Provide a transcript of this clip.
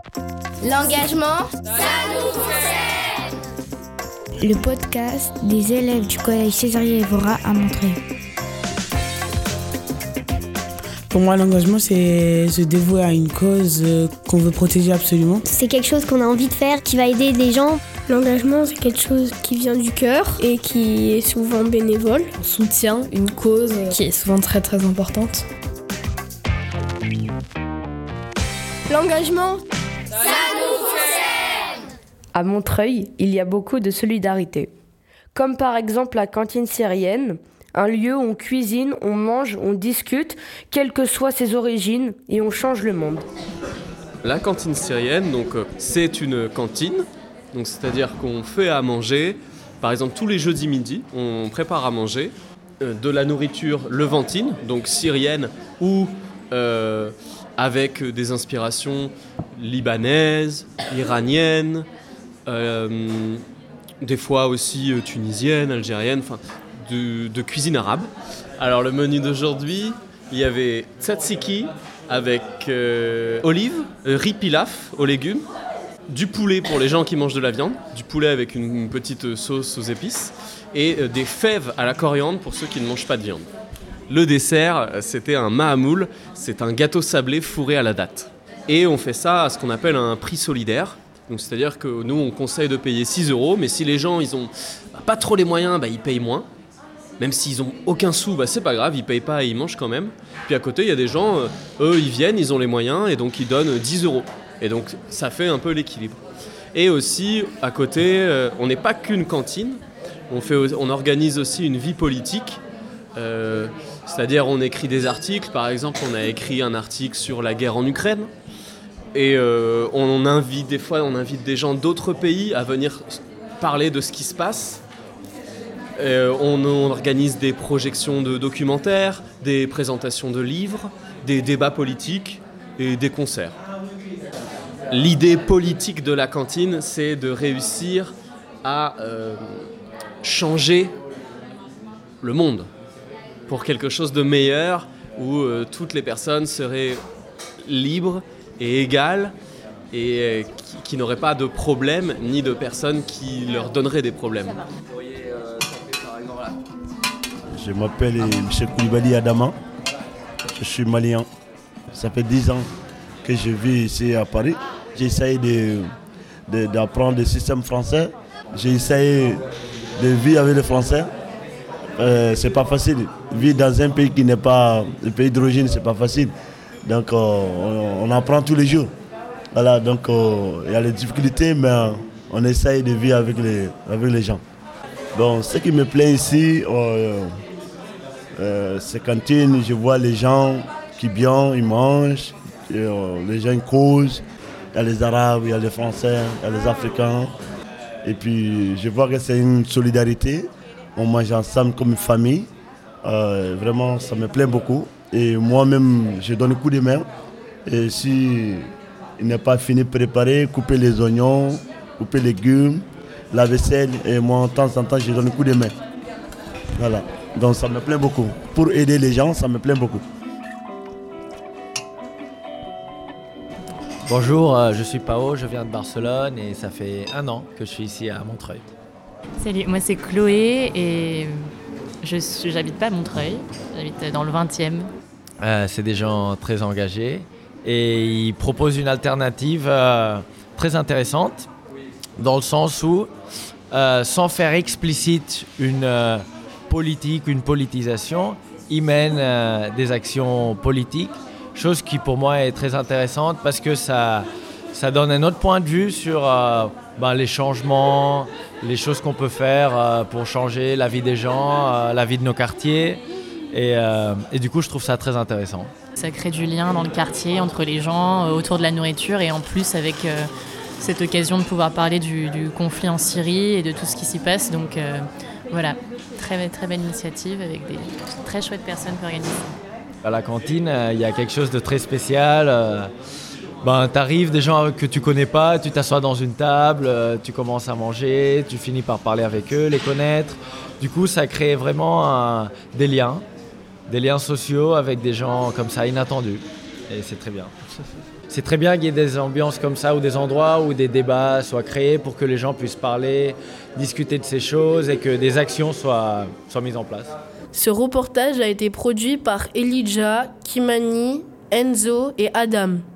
L'engagement, ça nous concerne. Le podcast des élèves du collège Césarier-Évora à Montreuil. Pour moi, l'engagement, c'est se dévouer à une cause qu'on veut protéger absolument. C'est quelque chose qu'on a envie de faire, qui va aider des gens. L'engagement, c'est quelque chose qui vient du cœur et qui est souvent bénévole. On soutient une cause qui est souvent très très importante. L'engagement, ça nous concerne. À Montreuil, il y a beaucoup de solidarité. Comme par exemple la cantine syrienne, un lieu où on cuisine, on mange, on discute, quelles que soient ses origines, et on change le monde. La cantine syrienne, c'est une cantine, c'est-à-dire qu'on fait à manger. Par exemple, tous les jeudis midi, on prépare à manger de la nourriture levantine, donc syrienne ou avec des inspirations libanaises, iraniennes, des fois aussi tunisiennes, algériennes, de cuisine arabe. Alors le menu d'aujourd'hui, il y avait tzatziki avec olives, riz pilaf aux légumes, du poulet pour les gens qui mangent de la viande, du poulet avec une petite sauce aux épices et des fèves à la coriandre pour ceux qui ne mangent pas de viande. Le dessert, c'était un mahamoul, c'est un gâteau sablé fourré à la date. Et on fait ça à ce qu'on appelle un prix solidaire. Donc, c'est-à-dire que nous, on conseille de payer 6 €, mais si les gens ils ont pas trop les moyens, ils payent moins. Même s'ils ont aucun sou, c'est pas grave, ils payent pas et ils mangent quand même. Puis à côté, il y a des gens, eux, ils viennent, ils ont les moyens et donc ils donnent 10 €. Et donc ça fait un peu l'équilibre. Et aussi, à côté, on n'est pas qu'une cantine, on organise aussi une vie politique. C'est-à-dire on écrit des articles, par exemple on a écrit un article sur la guerre en Ukraine et on invite des gens d'autres pays à venir parler de ce qui se passe. On organise des projections de documentaires, des présentations de livres, des débats politiques et des concerts. L'idée politique de la cantine, c'est de réussir à changer le monde pour quelque chose de meilleur où toutes les personnes seraient libres et égales et qui n'auraient pas de problèmes ni de personnes qui leur donneraient des problèmes. Je m'appelle M. Koulibaly Adama, je suis malien. Ça fait 10 ans que je vis ici à Paris. J'essaye d'apprendre le système français, j'ai essayé de vivre avec les Français. C'est pas facile. Vivre dans un pays qui n'est pas le pays d'origine, c'est pas facile. Donc on apprend tous les jours. Voilà, donc il y a les difficultés, mais on essaye de vivre avec les gens. Bon, ce qui me plaît ici, c'est cantine, je vois les gens qui viennent, ils mangent, les gens causent. Il y a les Arabes, il y a les Français, il y a les Africains. Et puis je vois que c'est une solidarité. On mange ensemble comme une famille. Vraiment, ça me plaît beaucoup. Et moi-même, je donne un coup de main. Et si il n'est pas fini de préparer, couper les oignons, couper les légumes, la vaisselle. Et moi, de temps en temps, je donne un coup de main. Voilà. Donc ça me plaît beaucoup. Pour aider les gens, ça me plaît beaucoup. Bonjour, je suis Pao, je viens de Barcelone et ça fait 1 an que je suis ici à Montreuil. Salut, moi c'est Chloé et j'habite pas à Montreuil, j'habite dans le 20e. C'est des gens très engagés et ils proposent une alternative très intéressante dans le sens où, sans faire explicite une politique, une politisation, ils mènent des actions politiques, chose qui pour moi est très intéressante parce que ça donne un autre point de vue sur les changements, les choses qu'on peut faire pour changer la vie des gens, la vie de nos quartiers. Et du coup, je trouve ça très intéressant. Ça crée du lien dans le quartier entre les gens, autour de la nourriture et en plus avec cette occasion de pouvoir parler du conflit en Syrie et de tout ce qui s'y passe. Donc voilà, très, très belle initiative avec des très chouettes personnes qui organisent ça. À la cantine, il y a quelque chose de très spécial. T'arrives, des gens que tu connais pas, tu t'assois dans une table, tu commences à manger, tu finis par parler avec eux, les connaître. Du coup, ça crée vraiment des liens sociaux avec des gens comme ça inattendus. Et c'est très bien. c'est très bien qu'il y ait des ambiances comme ça ou des endroits où des débats soient créés pour que les gens puissent parler, discuter de ces choses et que des actions soient mises en place. Ce reportage a été produit par Elijah, Kimani, Enzo et Adam.